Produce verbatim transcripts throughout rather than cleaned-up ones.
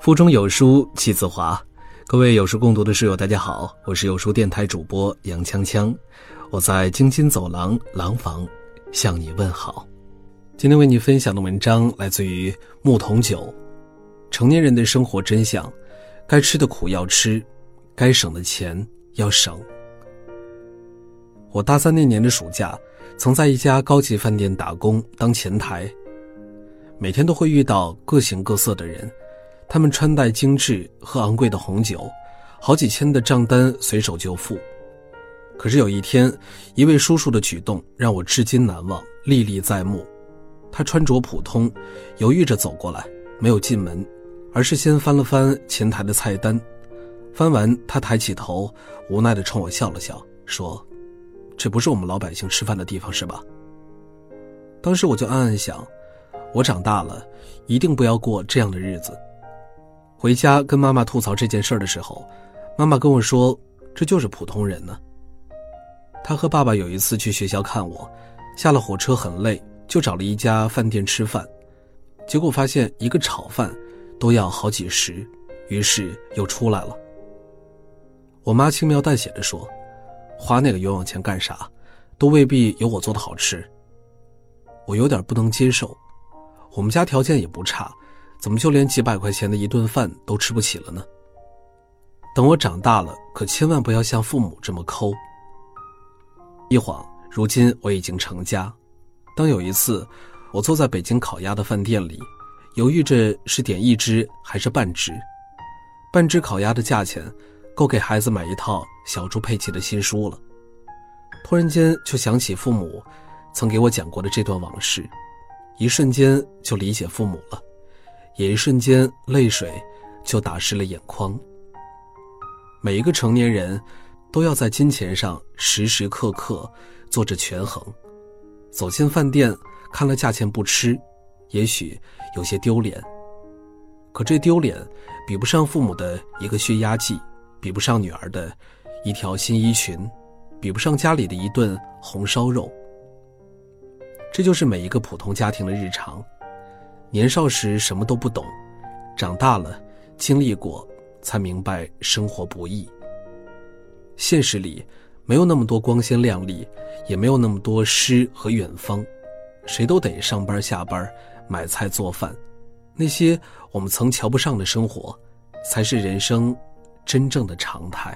腹中有书气自华，各位有书共读的室友大家好，我是有书电台主播杨锵锵，我在京津走廊廊坊向你问好。今天为你分享的文章来自于牧童九，成年人的生活真相，该吃的苦要吃，该省的钱要省。我大三那年的暑假，曾在一家高级饭店打工当前台，每天都会遇到各形各色的人，他们穿戴精致，喝昂贵的红酒，好几千的账单随手就付。可是有一天，一位叔叔的举动让我至今难忘，历历在目。他穿着普通，犹豫着走过来，没有进门，而是先翻了翻前台的菜单。翻完，他抬起头，无奈地冲我笑了笑，说：“这不是我们老百姓吃饭的地方是吧？”当时我就暗暗想，我长大了，一定不要过这样的日子。回家跟妈妈吐槽这件事的时候，妈妈跟我说，这就是普通人呢。她和爸爸有一次去学校看我，下了火车很累，就找了一家饭店吃饭，结果发现一个炒饭都要好几十，于是又出来了。我妈轻描淡写地说，花那个冤枉钱干啥，都未必有我做的好吃。我有点不能接受，我们家条件也不差，怎么就连几百块钱的一顿饭都吃不起了呢？等我长大了，可千万不要像父母这么抠。一晃，如今我已经成家。当有一次，我坐在北京烤鸭的饭店里，犹豫着是点一只还是半只。半只烤鸭的价钱，够给孩子买一套小猪佩奇的新书了。突然间就想起父母曾给我讲过的这段往事，一瞬间就理解父母了，也一瞬间泪水就打湿了眼眶。每一个成年人都要在金钱上时时刻刻做着权衡。走进饭店看了价钱不吃，也许有些丢脸，可这丢脸比不上父母的一个血压计，比不上女儿的一条新衣裙，比不上家里的一顿红烧肉。这就是每一个普通家庭的日常。年少时什么都不懂，长大了经历过，才明白生活不易。现实里没有那么多光鲜亮丽，也没有那么多诗和远方，谁都得上班下班，买菜做饭。那些我们曾瞧不上的生活，才是人生真正的常态。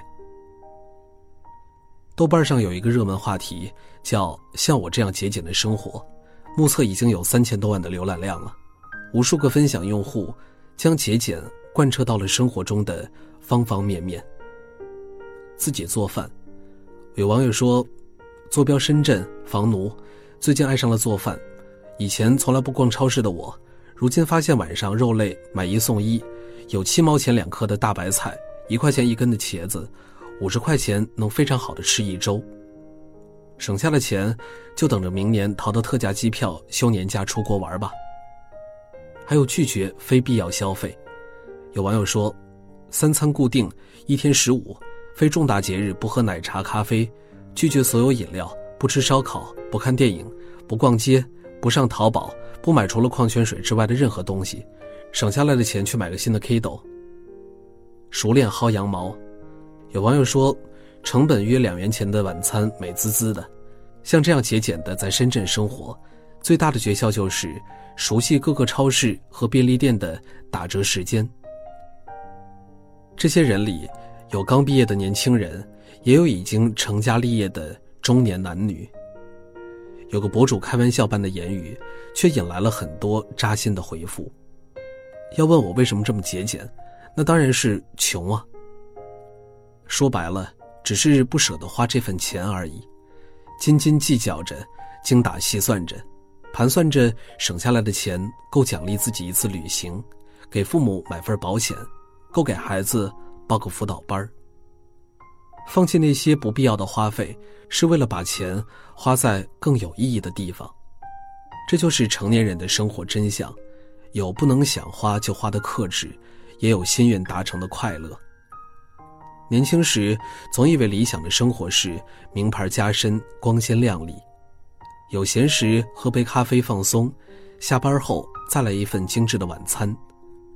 豆瓣上有一个热门话题叫像我这样节俭的生活，目测已经有三千多万的浏览量了。无数个分享用户将节俭贯彻到了生活中的方方面面。自己做饭，有网友说，坐标深圳房奴，最近爱上了做饭。以前从来不逛超市的我，如今发现晚上肉类买一送一，有七毛钱两颗的大白菜，一块钱一根的茄子，五十块钱能非常好的吃一周。省下了钱，就等着明年淘到特价机票休年假出国玩吧。还有拒绝非必要消费，有网友说，三餐固定，一天十五，非重大节日不喝奶茶咖啡，拒绝所有饮料，不吃烧烤，不看电影，不逛街，不上淘宝，不买除了矿泉水之外的任何东西，省下来的钱去买个新的 Kindle。 熟练薅羊毛，有网友说，成本约两元钱的晚餐美滋滋的。像这样节俭的在深圳生活，最大的诀窍就是熟悉各个超市和便利店的打折时间。这些人里有刚毕业的年轻人，也有已经成家立业的中年男女。有个博主开玩笑般的言语，却引来了很多扎心的回复。要问我为什么这么节俭，那当然是穷啊。说白了，只是不舍得花这份钱而已，斤斤计较着，精打细算着，盘算着省下来的钱够奖励自己一次旅行，给父母买份保险，够给孩子报个辅导班。放弃那些不必要的花费，是为了把钱花在更有意义的地方。这就是成年人的生活真相，有不能想花就花的克制，也有心愿达成的快乐。年轻时总以为理想的生活是名牌加身，光鲜亮丽，有闲时喝杯咖啡放松，下班后再来一份精致的晚餐。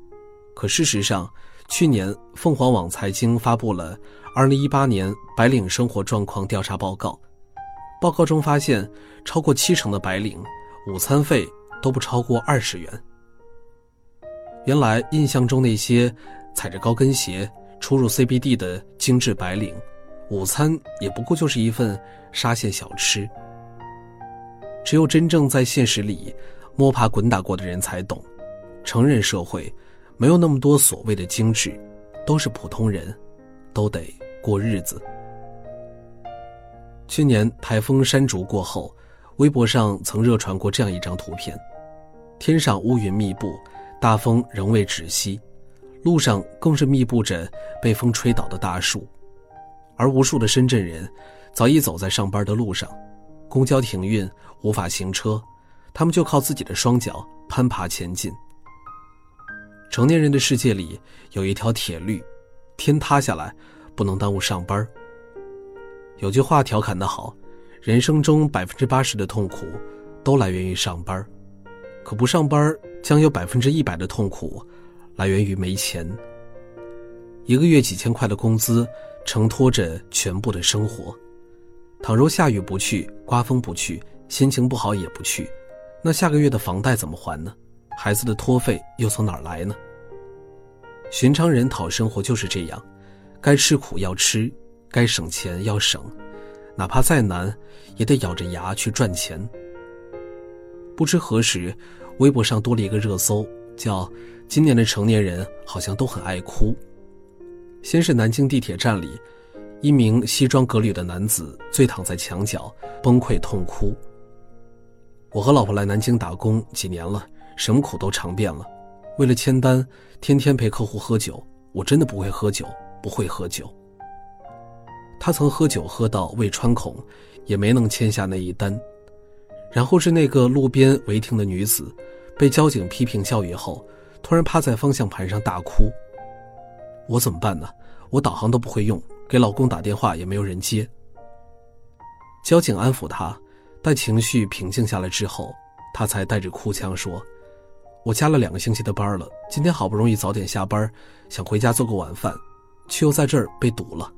可事实上，去年凤凰网财经发布了二零一八年白领生活状况调查报告。报告中发现，超过七成的白领午餐费都不超过二十元。原来印象中那些踩着高跟鞋出入 C B D 的精致白领，午餐也不过就是一份沙县小吃。只有真正在现实里摸爬滚打过的人才懂，成人社会没有那么多所谓的精致，都是普通人，都得过日子。去年台风山竹过后，微博上曾热传过这样一张图片，天上乌云密布，大风仍未止息，路上更是密布着被风吹倒的大树，而无数的深圳人早已走在上班的路上，公交停运，无法行车，他们就靠自己的双脚攀爬前进。成年人的世界里有一条铁律，天塌下来不能耽误上班。有句话调侃得好，人生中 百分之八十 的痛苦都来源于上班，可不上班将有 百分之一百 的痛苦来源于没钱。一个月几千块的工资承托着全部的生活，倘若下雨不去，刮风不去，心情不好也不去，那下个月的房贷怎么还呢？孩子的托费又从哪儿来呢？寻常人讨生活就是这样，该吃苦要吃，该省钱要省，哪怕再难也得咬着牙去赚钱。不知何时，微博上多了一个热搜，叫今年的成年人好像都很爱哭。先是南京地铁站里，一名西装革履的男子醉躺在墙角，崩溃痛哭。我和老婆来南京打工几年了，什么苦都尝遍了，为了签单天天陪客户喝酒，我真的不会喝酒，不会喝酒。他曾喝酒喝到胃穿孔，也没能签下那一单。然后是那个路边违停的女子，被交警批评教育后，突然趴在方向盘上大哭。我怎么办呢？我导航都不会用，给老公打电话也没有人接。交警安抚他，待情绪平静下来之后，他才带着哭腔说，我加了两个星期的班了，今天好不容易早点下班，想回家做个晚饭，却又在这儿被堵了。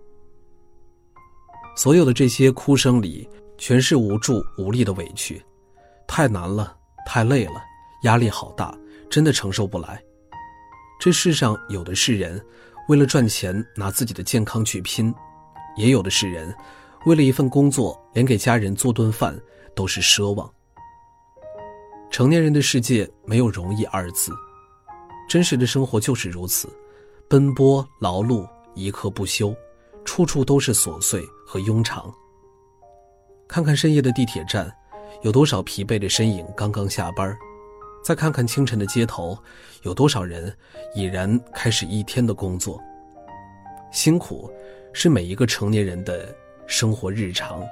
所有的这些哭声里，全是无助无力的委屈，太难了，太累了，压力好大，真的承受不来。这世上有的是人，为了赚钱拿自己的健康去拼，也有的是人，为了一份工作，连给家人做顿饭都是奢望。成年人的世界没有容易二字，真实的生活就是如此，奔波劳碌，一刻不休，处处都是琐碎和庸常。看看深夜的地铁站，有多少疲惫的身影刚刚下班，再看看清晨的街头，有多少人已然开始一天的工作。辛苦是每一个成年人的生活日常。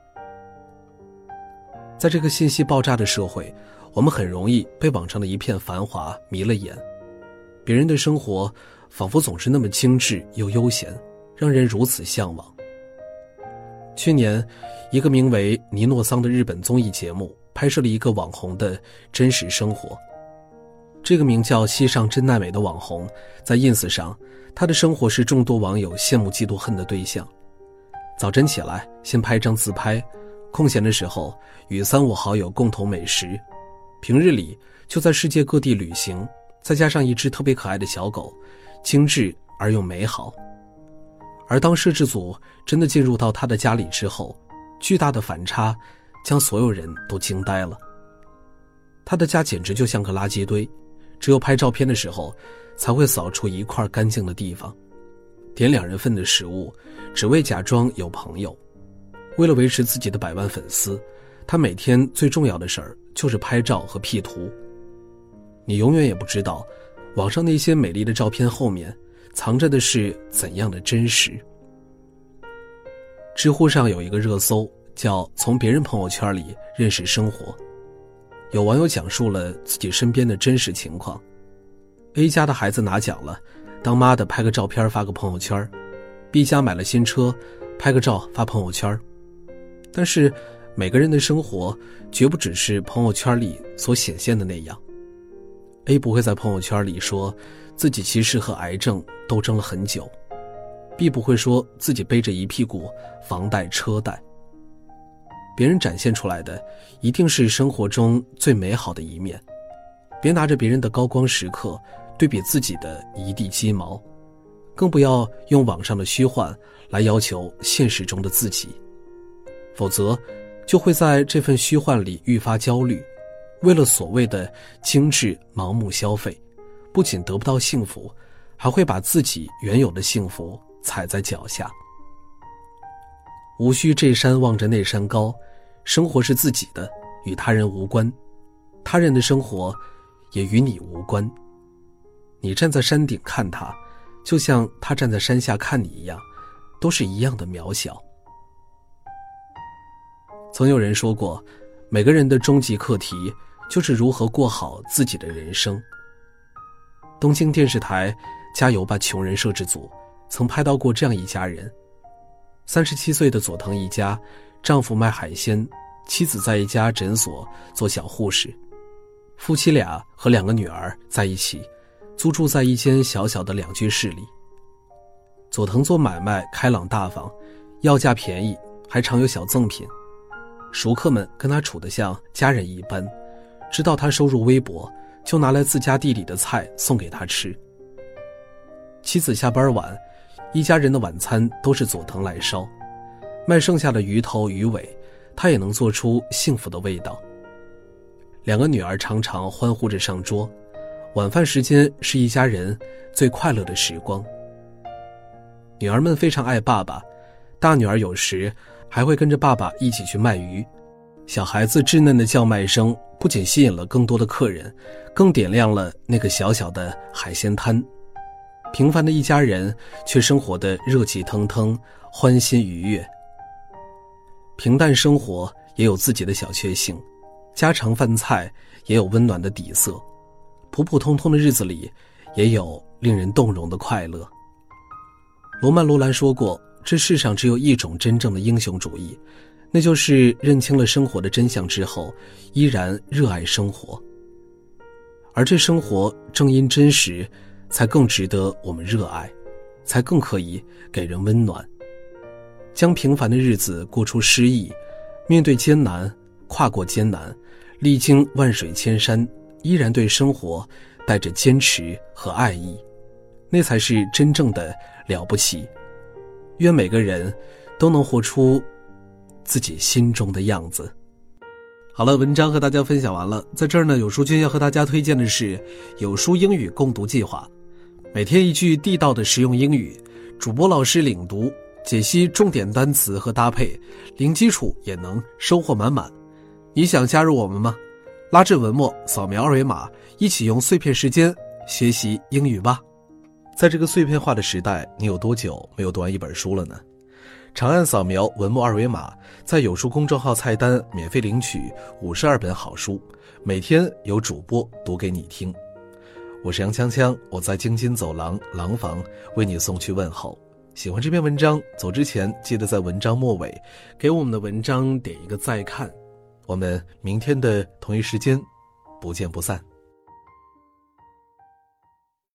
在这个信息爆炸的社会，我们很容易被网上的一片繁华迷了眼，别人的生活仿佛总是那么精致又悠闲，让人如此向往。去年，一个名为尼诺桑的日本综艺节目拍摄了一个网红的真实生活。这个名叫西上真奈美的网红，在 ins 上，他的生活是众多网友羡慕嫉妒恨的对象。早晨起来，先拍张自拍，空闲的时候与三五好友共同美食，平日里就在世界各地旅行，再加上一只特别可爱的小狗，精致而又美好。而当摄制组真的进入到他的家里之后，巨大的反差将所有人都惊呆了。他的家简直就像个垃圾堆，只有拍照片的时候才会扫出一块干净的地方，点两人份的食物，只为假装有朋友。为了维持自己的百万粉丝，他每天最重要的事儿就是拍照和 P 图。你永远也不知道，网上那些美丽的照片后面藏着的是怎样的真实。知乎上有一个热搜叫从别人朋友圈里认识生活，有网友讲述了自己身边的真实情况。 A 家的孩子拿奖了，当妈的拍个照片发个朋友圈， B 家买了新车，拍个照发朋友圈。但是每个人的生活绝不只是朋友圈里所显现的那样。 A 不会在朋友圈里说自己其实和癌症斗争了很久， B 不会说自己背着一屁股房贷车贷。别人展现出来的一定是生活中最美好的一面，别拿着别人的高光时刻对比自己的一地鸡毛，更不要用网上的虚幻来要求现实中的自己，否则就会在这份虚幻里愈发焦虑，为了所谓的精致盲目消费，不仅得不到幸福，还会把自己原有的幸福踩在脚下。无需这山望着那山高，生活是自己的，与他人无关，他人的生活也与你无关。你站在山顶看他，就像他站在山下看你一样，都是一样的渺小。曾有人说过，每个人的终极课题就是如何过好自己的人生。东京电视台加油吧穷人摄制组曾拍到过这样一家人，三十七岁的佐藤一家，丈夫卖海鲜，妻子在一家诊所做小护士，夫妻俩和两个女儿在一起租住在一间小小的两居室里。佐藤做买卖开朗大方，要价便宜，还常有小赠品，熟客们跟他处得像家人一般，知道他收入微薄，就拿来自家地里的菜送给他吃。妻子下班晚，一家人的晚餐都是佐藤来烧，卖剩下的鱼头鱼尾，他也能做出幸福的味道。两个女儿常常欢呼着上桌，晚饭时间是一家人最快乐的时光。女儿们非常爱爸爸，大女儿有时还会跟着爸爸一起去卖鱼，小孩子稚嫩的叫卖声不仅吸引了更多的客人，更点亮了那个小小的海鲜摊。平凡的一家人却生活得热气腾腾，欢欣愉悦。平淡生活也有自己的小确幸，家常饭菜也有温暖的底色，普普通通的日子里也有令人动容的快乐。罗曼·罗兰说过，这世上只有一种真正的英雄主义，那就是认清了生活的真相之后依然热爱生活。而这生活正因真实，才更值得我们热爱，才更可以给人温暖。将平凡的日子过出诗意，面对艰难，跨过艰难，历经万水千山，依然对生活带着坚持和爱意，那才是真正的了不起。愿每个人都能活出自己心中的样子。好了，文章和大家分享完了。在这儿呢，有书君要和大家推荐的是有书英语共读计划，每天一句地道的实用英语，主播老师领读，解析重点单词和搭配，零基础也能收获满满。你想加入我们吗？拉至文末，扫描二维码，一起用碎片时间学习英语吧。在这个碎片化的时代，你有多久没有读完一本书了呢？长按扫描文末二维码，在有书公众号菜单免费领取五十二本好书，每天有主播读给你听。我是杨锵锵，我在京津走廊廊坊为你送去问候。喜欢这篇文章，走之前记得在文章末尾给我们的文章点一个再看。我们明天的同一时间不见不散。